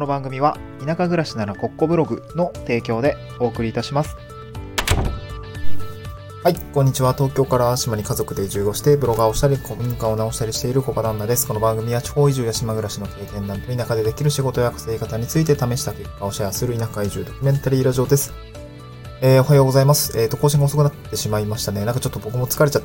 の番組は田舎暮らしならコッコブログの提供でお送りいたします。はい、こんにちは。東京から島に家族で移住をしてブロガーをしたり古民家を直したりしているコバ旦那です。この番組は地方移住や島暮らしの経験談と田舎でできる仕事や稼ぎ方について試した結果をシェアする田舎移住ドキュメンタリーラジオです。おはようございます。更新が遅くなってしまいましたね。なんかちょっと僕も疲れちゃって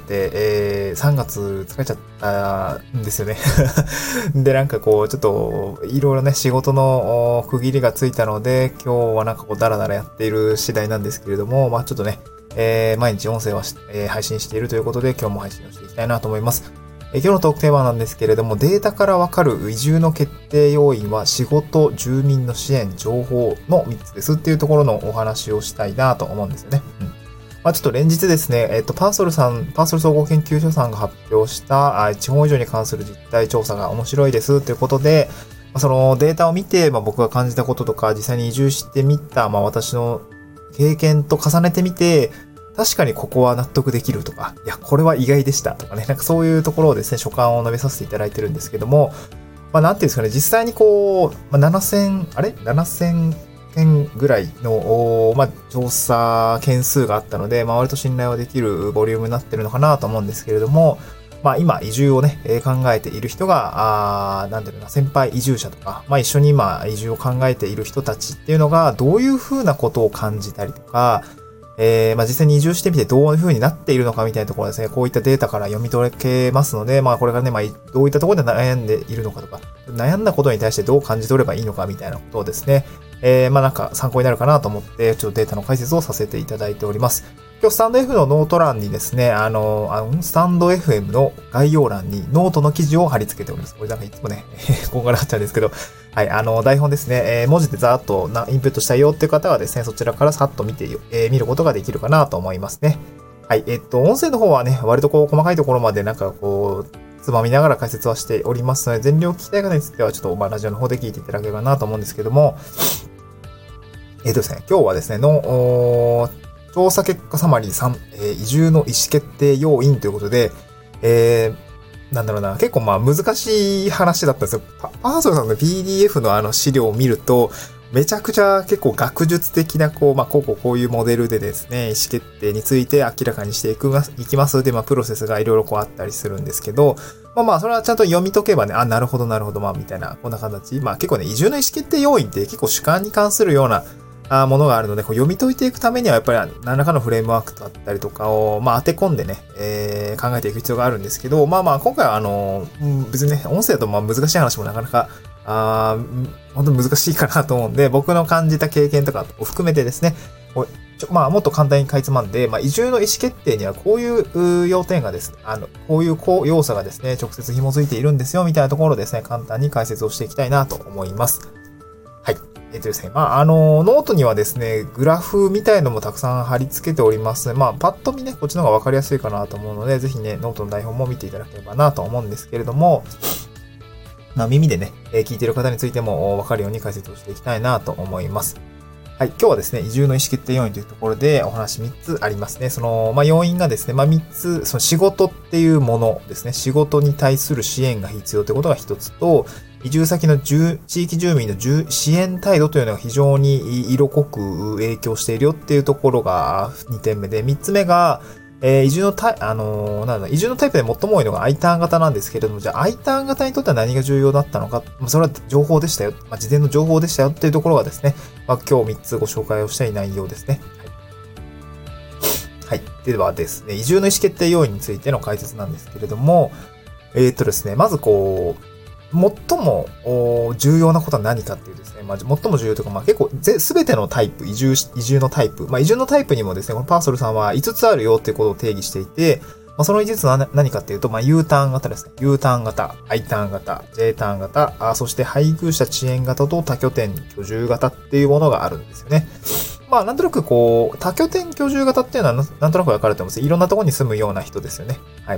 、3月疲れちゃったんですよね。で、なんかこう、ちょっと、いろいろね、仕事の区切りがついたので、今日はなんかこう、ダラダラやっている次第なんですけれども、まあちょっとね、毎日音声は配信しているということで、今日も配信をしていきたいなと思います。今日のトークテーマなんですけれども、データからわかる移住の決定要因は仕事、住民の支援、情報の3つですっていうところのお話をしたいなと思うんですよね。まあちょっと連日ですね、パーソル総合研究所さんが発表した地方移住に関する実態調査が面白いですということで、そのデータを見て、僕が感じたこととか、実際に移住してみた、私の経験と重ねてみて、確かにここは納得できるとか、いや、これは意外でしたとかね、なんかそういうところをですね、所感を述べさせていただいてるんですけども、なんていうんですかね、実際にこう、7000件ぐらいの、調査件数があったので、割と信頼はできるボリュームになってるのかなと思うんですけれども、今、移住をね、考えている人が、なんていうのかな、先輩移住者とか、一緒に今、移住を考えている人たちっていうのが、どういうふうなことを感じたりとか、実際に移住してみてどういう風になっているのかみたいなところですね、こういったデータから読み取れますので、これからね、どういったところで悩んでいるのかとか、悩んだことに対してどう感じ取ればいいのかみたいなことをですね、なんか参考になるかなと思って、ちょっとデータの解説をさせていただいております。今日スタンド F のノート欄にですね、スタンド FM の概要欄にノートの記事を貼り付けております。これなんかいつもね、こんがらがっちゃうんですけど、はい、台本ですね、文字でざーっとインプットしたいよっていう方はですね、そちらからさっと見ることができるかなと思いますね。はい、音声の方はね、割とこう、細かいところまでなんかこう、つまみながら解説はしておりますので、全量聞きたい方についてはちょっとラジオの方で聞いていただければなと思うんですけども、ですね、今日はですね、調査結果サマリー3、移住の意思決定要因ということで、なんだろうな、結構難しい話だったんですよ。パーソルさんの PDF の資料を見ると、めちゃくちゃ結構学術的なこういうモデルでですね、意思決定について明らかにしていきますで、プロセスがいろいろこうあったりするんですけど、それはちゃんと読み解けばね、なるほど、みたいな、こんな形。結構ね、移住の意思決定要因って結構主観に関するような、ものがあるので、こう読み解いていくためにはやっぱり何らかのフレームワークだったりとかを、当て込んでね、考えていく必要があるんですけど、今回は別にね、音声だと難しい話もなかなか、本当に難しいかなと思うんで、僕の感じた経験とかを含めてですね、もっと簡単にかいつまんで、移住の意思決定にはこういう要点がですね、こういう要素がですね、直接紐づいているんですよ、みたいなところをですね、簡単に解説をしていきたいなと思います。はい。ですね。ノートにはですね、グラフみたいのもたくさん貼り付けておりますね。パッと見ね、こっちの方がわかりやすいかなと思うので、ぜひね、ノートの台本も見ていただければなと思うんですけれども、耳でね、聞いている方についてもわかるように解説をしていきたいなと思います。はい。今日はですね、移住の意思決定要因というところでお話3つありますね。要因がですね、3つ、仕事っていうものですね。仕事に対する支援が必要ということが1つと、移住先の地域住民の支援態度というのが非常に色濃く影響しているよっていうところが2点目で、3つ目が、移住のタイプで最も多いのが I ターン型なんですけれども、じゃあ I ターン型にとっては何が重要だったのか、それは情報でしたよ。事前の情報でしたよっていうところがですね、今日3つご紹介をしたい内容ですね。はい。ではですね、移住の意思決定要因についての解説なんですけれども、ですね、まず最も重要なことは何かっていうですね、最も重要というか、結構すべてのタイプ、移住のタイプ、移住のタイプにもですね、このパーソルさんは5つあるよっていうことを定義していて、その5つは何かっていうと、U ターン型ですね。U ターン型、I ターン型、J ターン型、そして配偶者遅延型と多拠点居住型っていうものがあるんですよね。なんとなく多拠点居住型っていうのはなんとなく分かれてます。いろんなところに住むような人ですよね。はい、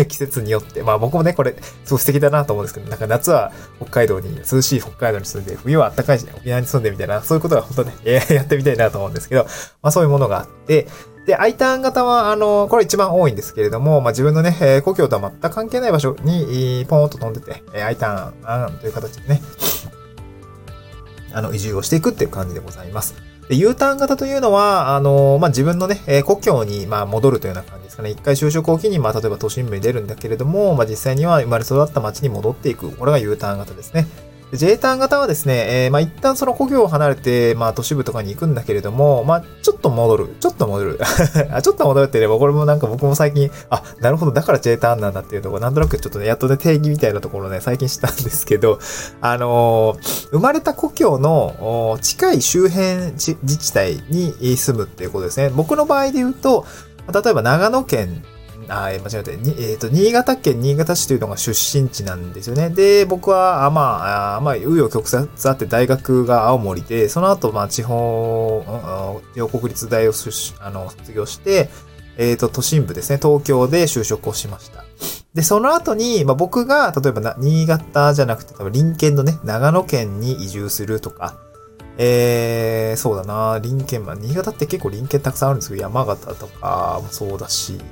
季節によって。僕もね、これ、すごい素敵だなと思うんですけど、なんか夏は涼しい北海道に住んで、冬は暖かい沖縄に住んでみたいな、そういうことが本当ね、やってみたいなと思うんですけど、そういうものがあって、で、I ターン型は、これ一番多いんですけれども、自分のね、故郷とは全く関係ない場所に、ポーンと飛んでて、I ターンという形でね、 移住をしていくっていう感じでございます。で、U ターン型というのは、自分のね、故郷に、戻るというような感じですかね。一回就職を機に、例えば都心部に出るんだけれども、実際には生まれ育った町に戻っていく。これが U ターン型ですね。J ターン型はですね、一旦その故郷を離れて、都市部とかに行くんだけれども、ちょっと戻る。ちょっと戻るってね、これもなんか僕も最近、なるほど、だから J ターンなんだっていうところ、なんとなくちょっとね、やっとね、定義みたいなところね、最近知ったんですけど、生まれた故郷の近い周辺自治体に住むっていうことですね。僕の場合で言うと、例えば長野県、間違えた。新潟県新潟市というのが出身地なんですよね。で、僕は、紆余曲折あって大学が青森で、その後、地方国立大を卒業して、都心部ですね、東京で就職をしました。で、その後に、僕が、例えば新潟じゃなくて、多分隣県のね、長野県に移住するとか、そうだな、隣県、新潟って結構隣県たくさんあるんですけど、山形とかもそうだし、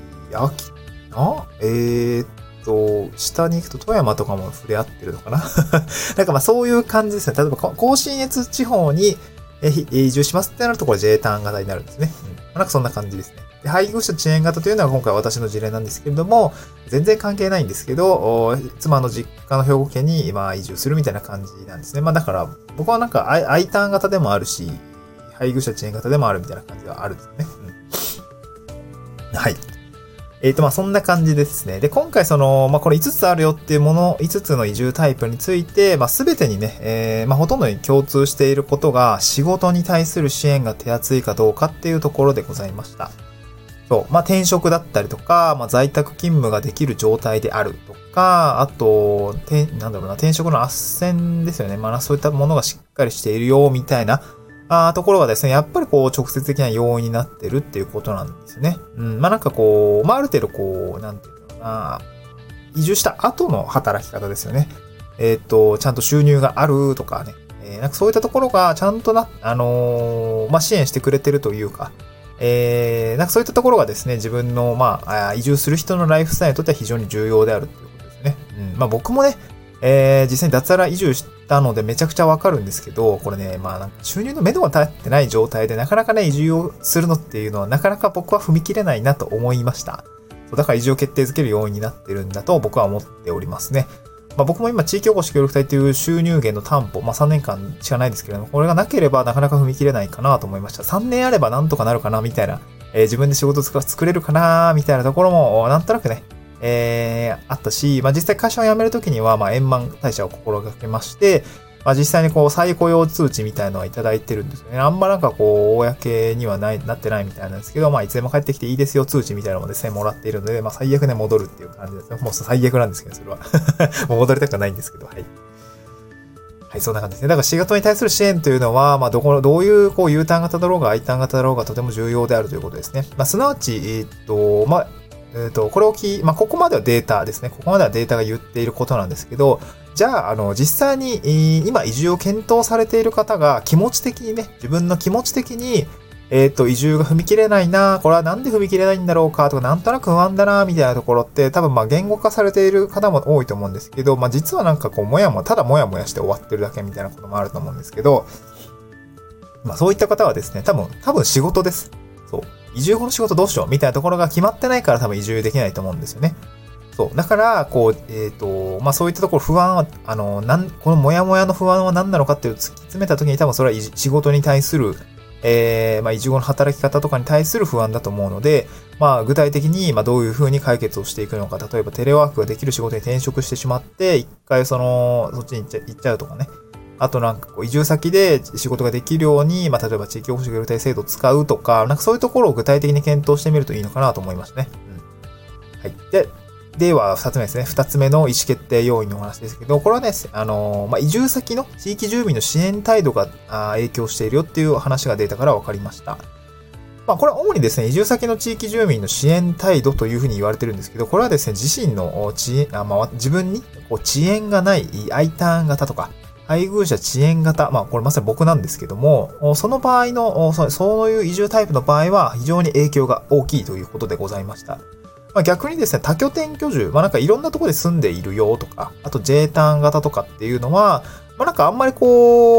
下に行くと富山とかも触れ合ってるのかななんかそういう感じですね。例えば甲信越地方に移住しますってなるとこれ J ターン型になるんですね。なんかそんな感じですね。で、配偶者遅延型というのは今回私の事例なんですけれども、全然関係ないんですけど、妻の実家の兵庫県に今移住するみたいな感じなんですね。だから僕はなんか I ターン型でもあるし、配偶者遅延型でもあるみたいな感じがあるんですね。はい。そんな感じですね。で、今回これ5つあるよっていうもの、5つの移住タイプについて、すべてにね、ほとんどに共通していることが、仕事に対する支援が手厚いかどうかっていうところでございました。そう。転職だったりとか、在宅勤務ができる状態であるとか、あと、転職の斡旋ですよね。そういったものがしっかりしているよ、みたいな、ところがですね、やっぱり直接的な要因になってるっていうことなんですよね。なんかある程度なんていうのかな、移住した後の働き方ですよね。ちゃんと収入があるとかね。なんかそういったところがちゃんと支援してくれてるというか、なんかそういったところがですね、自分の、移住する人のライフスタイルにとっては非常に重要であるっていうことですね。僕もね、実際に脱サラ移住したのでめちゃくちゃわかるんですけど、これね、なんか収入の目処が立ってない状態でなかなかね、移住をするのっていうのはなかなか僕は踏み切れないなと思いました。だから移住を決定づける要因になってるんだと僕は思っておりますね。僕も今地域おこし協力隊という収入源の担保、3年間しかないですけれども、これがなければなかなか踏み切れないかなと思いました。3年あればなんとかなるかなみたいな、自分で仕事作れるかなみたいなところもなんとなくね、あったし、実際会社を辞めるときには、円満退社を心がけまして、実際に再雇用通知みたいのはいただいてるんですよね。あんまなんか公にはなってないみたいなんですけど、いつでも帰ってきていいですよ通知みたいなのもですね、もらっているので、最悪ね、戻るっていう感じですね。もう最悪なんですけど、それは。もう戻りたくはないんですけど、はい。はい、そんな感じですね。だから仕事に対する支援というのは、どういう、U ターン型だろうが、I ターン型だろうがとても重要であるということですね。すなわち、これをここまではデータですね。ここまではデータが言っていることなんですけど、じゃあ、実際に、今移住を検討されている方が気持ち的にね、自分の気持ち的に、移住が踏み切れないな、これはなんで踏み切れないんだろうかとか、なんとなく不安だな、みたいなところって、多分言語化されている方も多いと思うんですけど、実はなんかただもやもやして終わってるだけみたいなこともあると思うんですけど、そういった方はですね、多分仕事です。そう。移住後の仕事どうしようみたいなところが決まってないから多分移住できないと思うんですよね。そう。だから、そういったところ不安は、このモヤモヤの不安は何なのかっていう突き詰めた時に多分それは仕事に対する、移住後の働き方とかに対する不安だと思うので、具体的に、どういうふうに解決をしていくのか、例えばテレワークができる仕事に転職してしまって、一回そっちに行っちゃうとかね。あとなんか移住先で仕事ができるように、例えば地域おこし協力隊制度を使うとか、なんかそういうところを具体的に検討してみるといいのかなと思いましたね。はい。では、二つ目ですね。二つ目の意思決定要因のお話ですけど、これはね、移住先の地域住民の支援態度が影響しているよっていう話がデータから分かりました。これは主にですね、移住先の地域住民の支援態度というふうに言われてるんですけど、これはですね、自身の自分に遅延がない I ターン型とか、配偶者遅延型。これまさに僕なんですけども、その場合の、そういう移住タイプの場合は非常に影響が大きいということでございました。逆にですね、多拠点居住、なんかいろんなところで住んでいるよとか、あと J ターン型とかっていうのは、なんかあんまり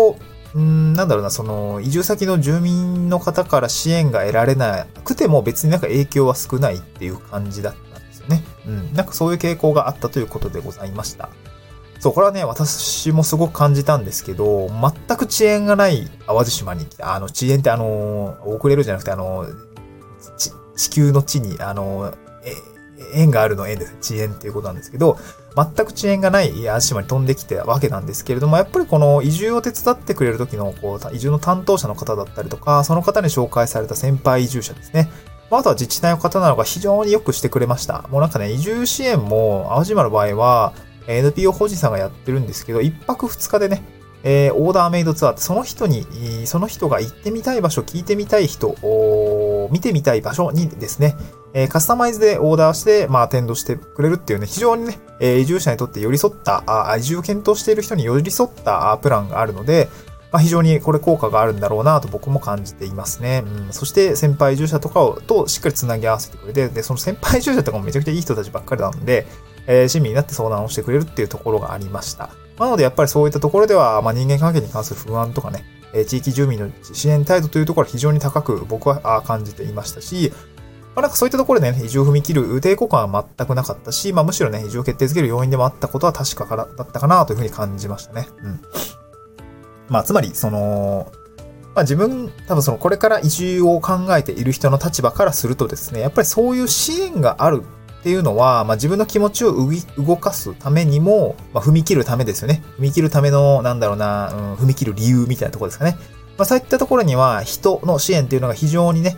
なんだろうな、その、移住先の住民の方から支援が得られなくても別になんか影響は少ないっていう感じだったんですよね。なんかそういう傾向があったということでございました。そう、これはね、私もすごく感じたんですけど、全く遅延がない淡路島に来た。遅延って遅れるじゃなくて地球の地に、縁があるの縁です。遅延っていうことなんですけど、全く遅延がない淡路島に飛んできたわけなんですけれども、やっぱりこの移住を手伝ってくれる時の、移住の担当者の方だったりとか、その方に紹介された先輩移住者ですね。あとは自治体の方なのが非常によくしてくれました。もうなんかね、移住支援も、淡路島の場合は、NPO 法人さんがやってるんですけど、1泊2日でね、オーダーメイドツアーって、その人が行ってみたい場所、聞いてみたい人、見てみたい場所にですね、カスタマイズでオーダーして、アテンドしてくれるっていうね、非常にね、移住者にとって寄り添った、移住を検討している人に寄り添ったプランがあるので、非常にこれ効果があるんだろうなと僕も感じていますね。そして先輩移住者とかとしっかりつなぎ合わせてくれて、で、その先輩移住者とかもめちゃくちゃいい人たちばっかりなので、親身になって相談をしてくれるっていうところがありました。なのでやっぱりそういったところでは、人間関係に関する不安とかね、地域住民の支援態度というところは非常に高く僕は感じていましたし、なんかそういったところでね、移住を踏み切る抵抗感は全くなかったし、むしろね、移住を決定づける要因でもあったことは確かだったかなというふうに感じましたね。つまり、自分、多分これから移住を考えている人の立場からするとですね、やっぱりそういう支援があるっていうのは、自分の気持ちを動かすためにも、踏み切るためですよね。踏み切るための、踏み切る理由みたいなところですかね。そういったところには、人の支援っていうのが非常にね、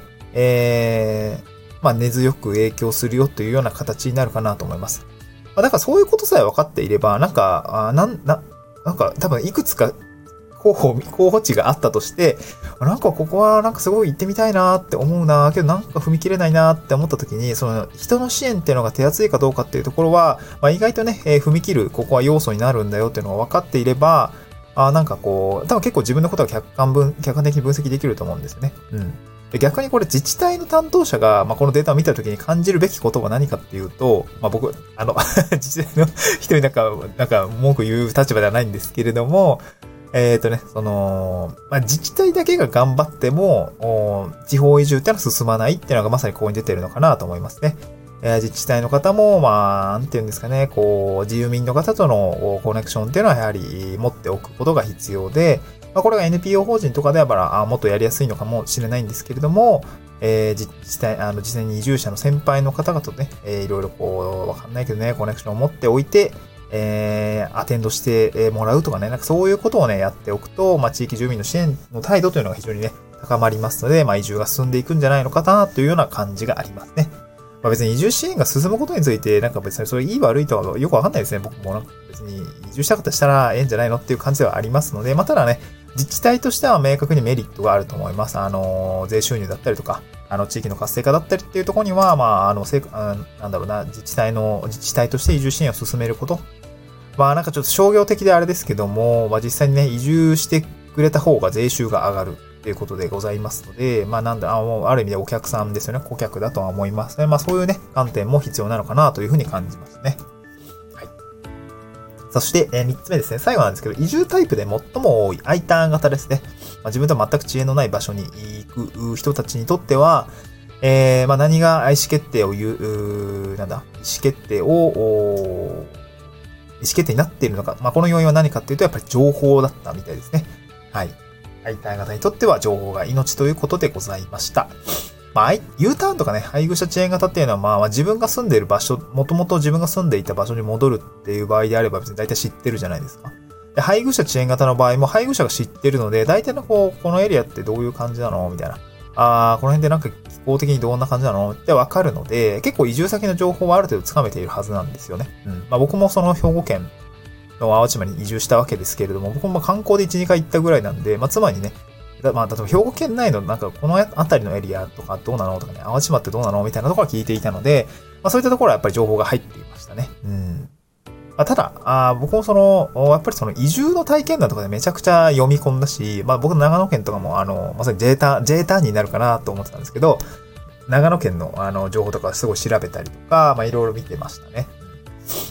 根強く影響するよというような形になるかなと思います。だからそういうことさえ分かっていれば、なんか多分いくつか候補地があったとして、なんかここはなんかすごい行ってみたいなって思うな、けどなんか踏み切れないなって思った時に、その人の支援っていうのが手厚いかどうかっていうところは、意外とね、踏み切る、ここは要素になるんだよっていうのが分かっていれば、多分結構自分のことが客観的に分析できると思うんですよね。で逆にこれ自治体の担当者が、このデータを見たときに感じるべきことは何かっていうと、僕、自治体の人になんか文句言う立場ではないんですけれども、自治体だけが頑張っても、地方移住ってのは進まないっていうのがまさにここに出てるのかなと思いますね。自治体の方も、なんていうんですかね、住民の方とのコネクションっていうのはやはり持っておくことが必要で、これが NPO 法人とかではもっとやりやすいのかもしれないんですけれども、実際に移住者の先輩の方々とね、いろいろわかんないけどね、コネクションを持っておいて、アテンドしてもらうとかね、なんかそういうことをね、やっておくと、地域住民の支援の態度というのが非常にね、高まりますので、移住が進んでいくんじゃないのかな、というような感じがありますね。別に移住支援が進むことについて、なんか別にそれいい悪いとはよくわかんないですね。僕もなんか別に移住したかったらしたらええんじゃないのっていう感じではありますので、ただね、自治体としては明確にメリットがあると思います。税収入だったりとか、地域の活性化だったりっていうところには、自治体として移住支援を進めること。なんかちょっと商業的であれですけども、実際にね、移住してくれた方が税収が上がるっていうことでございますので、ある意味でお客さんですよね。顧客だとは思いますね。そういうね、観点も必要なのかなというふうに感じますね。はい。そして、3つ目ですね。最後なんですけど、移住タイプで最も多い I ターン型ですね。自分と全く知恵のない場所に行く人たちにとっては、何が意思決定になっているのか。この要因は何かっていうと、やっぱり情報だったみたいですね。はい。I ターン型にとっては情報が命ということでございました。U ターンとかね、配偶者遅延型っていうのは、自分が住んでいる場所、もともと自分が住んでいた場所に戻るっていう場合であれば別に大体知ってるじゃないですか。で、配偶者遅延型の場合も配偶者が知ってるので、大体のこのエリアってどういう感じなのみたいな。この辺でなんか気候的にどんな感じなのってわかるので、結構移住先の情報はある程度つかめているはずなんですよね。僕もその兵庫県の淡路島に移住したわけですけれども、僕も観光で1、2回行ったぐらいなんで、つまりね、例えば兵庫県内のなんかこの辺りのエリアとかどうなのとかね、淡路島ってどうなのみたいなところは聞いていたので、そういったところはやっぱり情報が入っていましたね。ただ、僕もやっぱり移住の体験談とかでめちゃくちゃ読み込んだし、僕長野県とかもまさに J ターンになるかなと思ってたんですけど、長野県の情報とかすごい調べたりとか、いろいろ見てましたね。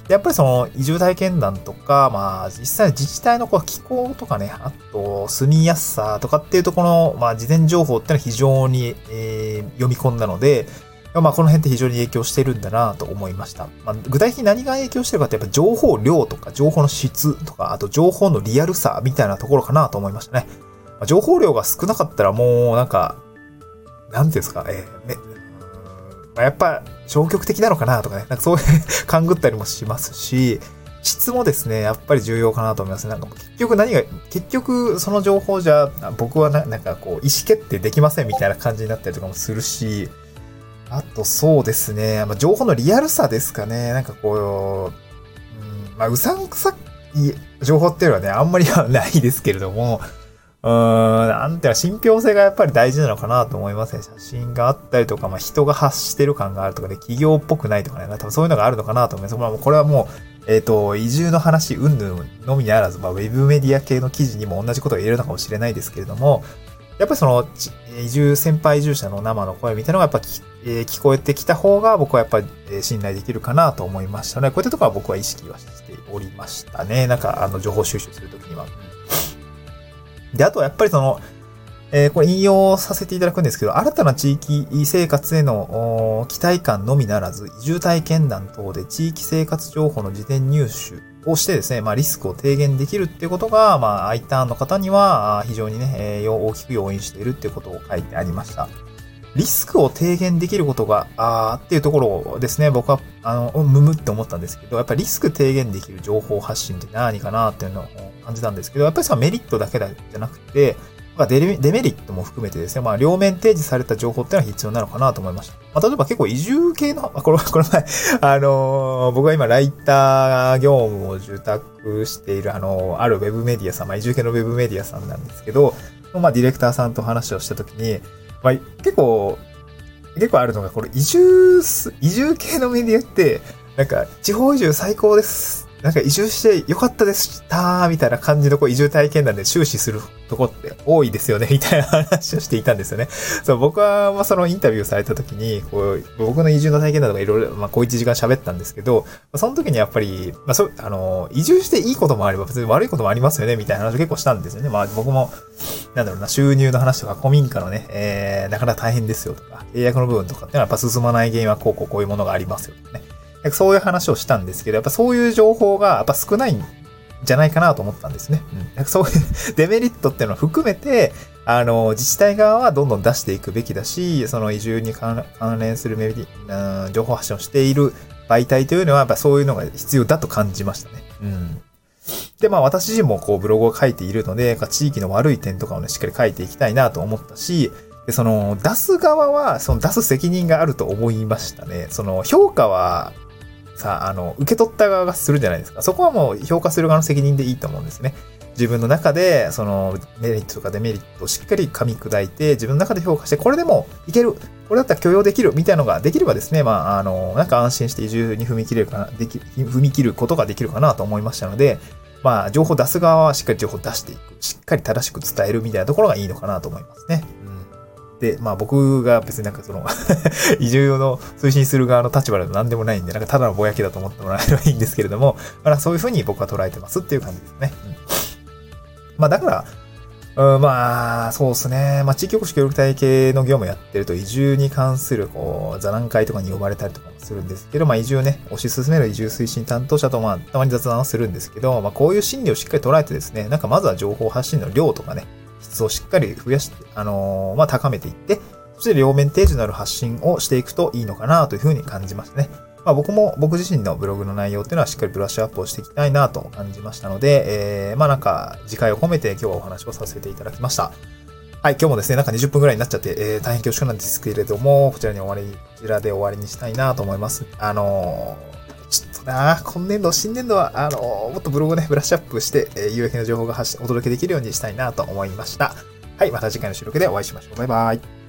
で、やっぱりその移住体験談とか、まあ実際自治体のこう気候とかね、あと住みやすさとかっていうところの、まあ事前情報ってのは非常に、読み込んだので、まあこの辺って非常に影響してるんだなと思いました。まあ具体的に何が影響してるかってやっぱ情報量とか情報の質とか、あと情報のリアルさみたいなところかなと思いましたね。まあ、情報量が少なかったらもうなんか、なんていうんですか、まあ、やっぱ消極的なのかなとかね、なんかそういう勘ぐったりもしますし、質もですね、やっぱり重要かなと思います。なんか結局その情報じゃ僕はなんかこう意思決定できませんみたいな感じになったりとかもするし、あとそうですね、まあ、情報のリアルさですかね、なんかこう、まあうさんくさい情報っていうのはね、あんまりはないですけれども、なんていうの、信憑性がやっぱり大事なのかなと思いますね。写真があったりとか、まあ人が発してる感があるとかで、企業っぽくないとかね、多分そういうのがあるのかなと思います。まあこれはもう、移住の話、云々のみにあらず、まあウェブメディア系の記事にも同じことが言えるのかもしれないですけれども、やっぱりその、先輩移住者の生の声みたいなのがやっぱ聞こえてきた方が僕はやっぱり信頼できるかなと思いましたね。こういったところは僕は意識はしておりましたね。なんか情報収集するときには。で、あとはやっぱりその、これ引用させていただくんですけど、新たな地域生活への期待感のみならず、移住体験談等で地域生活情報の事前入手をしてですね、まあリスクを低減できるっていうことが、まあ I ターンの方には非常にね、大きく要因しているっていうことを書いてありました。リスクを低減できることが、っていうところですね、僕は、むむって思ったんですけど、やっぱりリスク低減できる情報発信って何かなっていうのを感じたんですけど、やっぱりそのメリットだけじゃなくて、デメリットも含めてですね、まあ両面提示された情報っていうのは必要なのかなと思いました。まあ例えば結構移住系の、この前、僕が今ライター業務を受託しているあるウェブメディアさん、まあ移住系のウェブメディアさんなんですけど、まあディレクターさんと話をしたときに、まあ結構あるのが、これ移住系のメディアって、なんか地方移住最高です。なんか移住してよかったでしたみたいな感じの移住体験談で終始するとこって多いですよねみたいな話をしていたんですよね。そう、僕はまあそのインタビューされた時に、僕の移住の体験談とかいろいろ、まあ1時間喋ったんですけど、その時にやっぱり、まあ移住していいこともあれば別に悪いこともありますよねみたいな話を結構したんですよね。まあ僕も、収入の話とか古民家のね、なかなか大変ですよとか、契約の部分とかっていうのはやっぱ進まない原因はこういうものがありますよとかね。そういう話をしたんですけど、やっぱそういう情報がやっぱ少ないんじゃないかなと思ったんですね。そういうデメリットっていうのを含めて、自治体側はどんどん出していくべきだし、その移住に関連する情報発信をしている媒体というのはやっぱそういうのが必要だと感じましたね。で、まあ私自身もブログを書いているので、地域の悪い点とかをね、しっかり書いていきたいなと思ったし、で、出す側は、出す責任があると思いましたね。評価は、受け取った側がするじゃないですか。そこはもう評価する側の責任でいいと思うんですね。自分の中で、メリットとかデメリットをしっかり噛み砕いて、自分の中で評価して、これでもいける、これだったら許容できる、みたいなのができればですね、まあ、なんか安心して移住に踏み切ることができるかなと思いましたので、まあ、情報出す側はしっかり情報出していく、しっかり正しく伝えるみたいなところがいいのかなと思いますね。で、まあ僕が別になんか移住の推進する側の立場でも何でもないんで、なんかただのぼやきだと思ってもらえればいいんですけれども、まあそういうふうに僕は捉えてますっていう感じですね。まあだから、まあそうですね。まあ地域おこし協力隊系の業務をやってると移住に関する座談会とかに呼ばれたりとかもするんですけど、まあ移住をね、推し進める移住推進担当者とまあたまに雑談をするんですけど、まあこういう心理をしっかり捉えてですね、なんかまずは情報発信の量とかね、質をしっかり増やして、まあ、高めていって、そして両面提示のある発信をしていくといいのかなというふうに感じましたね。まあ僕自身のブログの内容っていうのはしっかりブラッシュアップをしていきたいなと感じましたので、まあなんか次回を込めて今日はお話をさせていただきました。はい、今日もですね、なんか20分くらいになっちゃって、大変恐縮なんですけれども、こちらで終わりにしたいなと思います。ちょっとな、今年度、新年度は、もっとブログをね、ブラッシュアップして、有益な情報がお届けできるようにしたいなと思いました。はい、また次回の収録でお会いしましょう。バイバイ。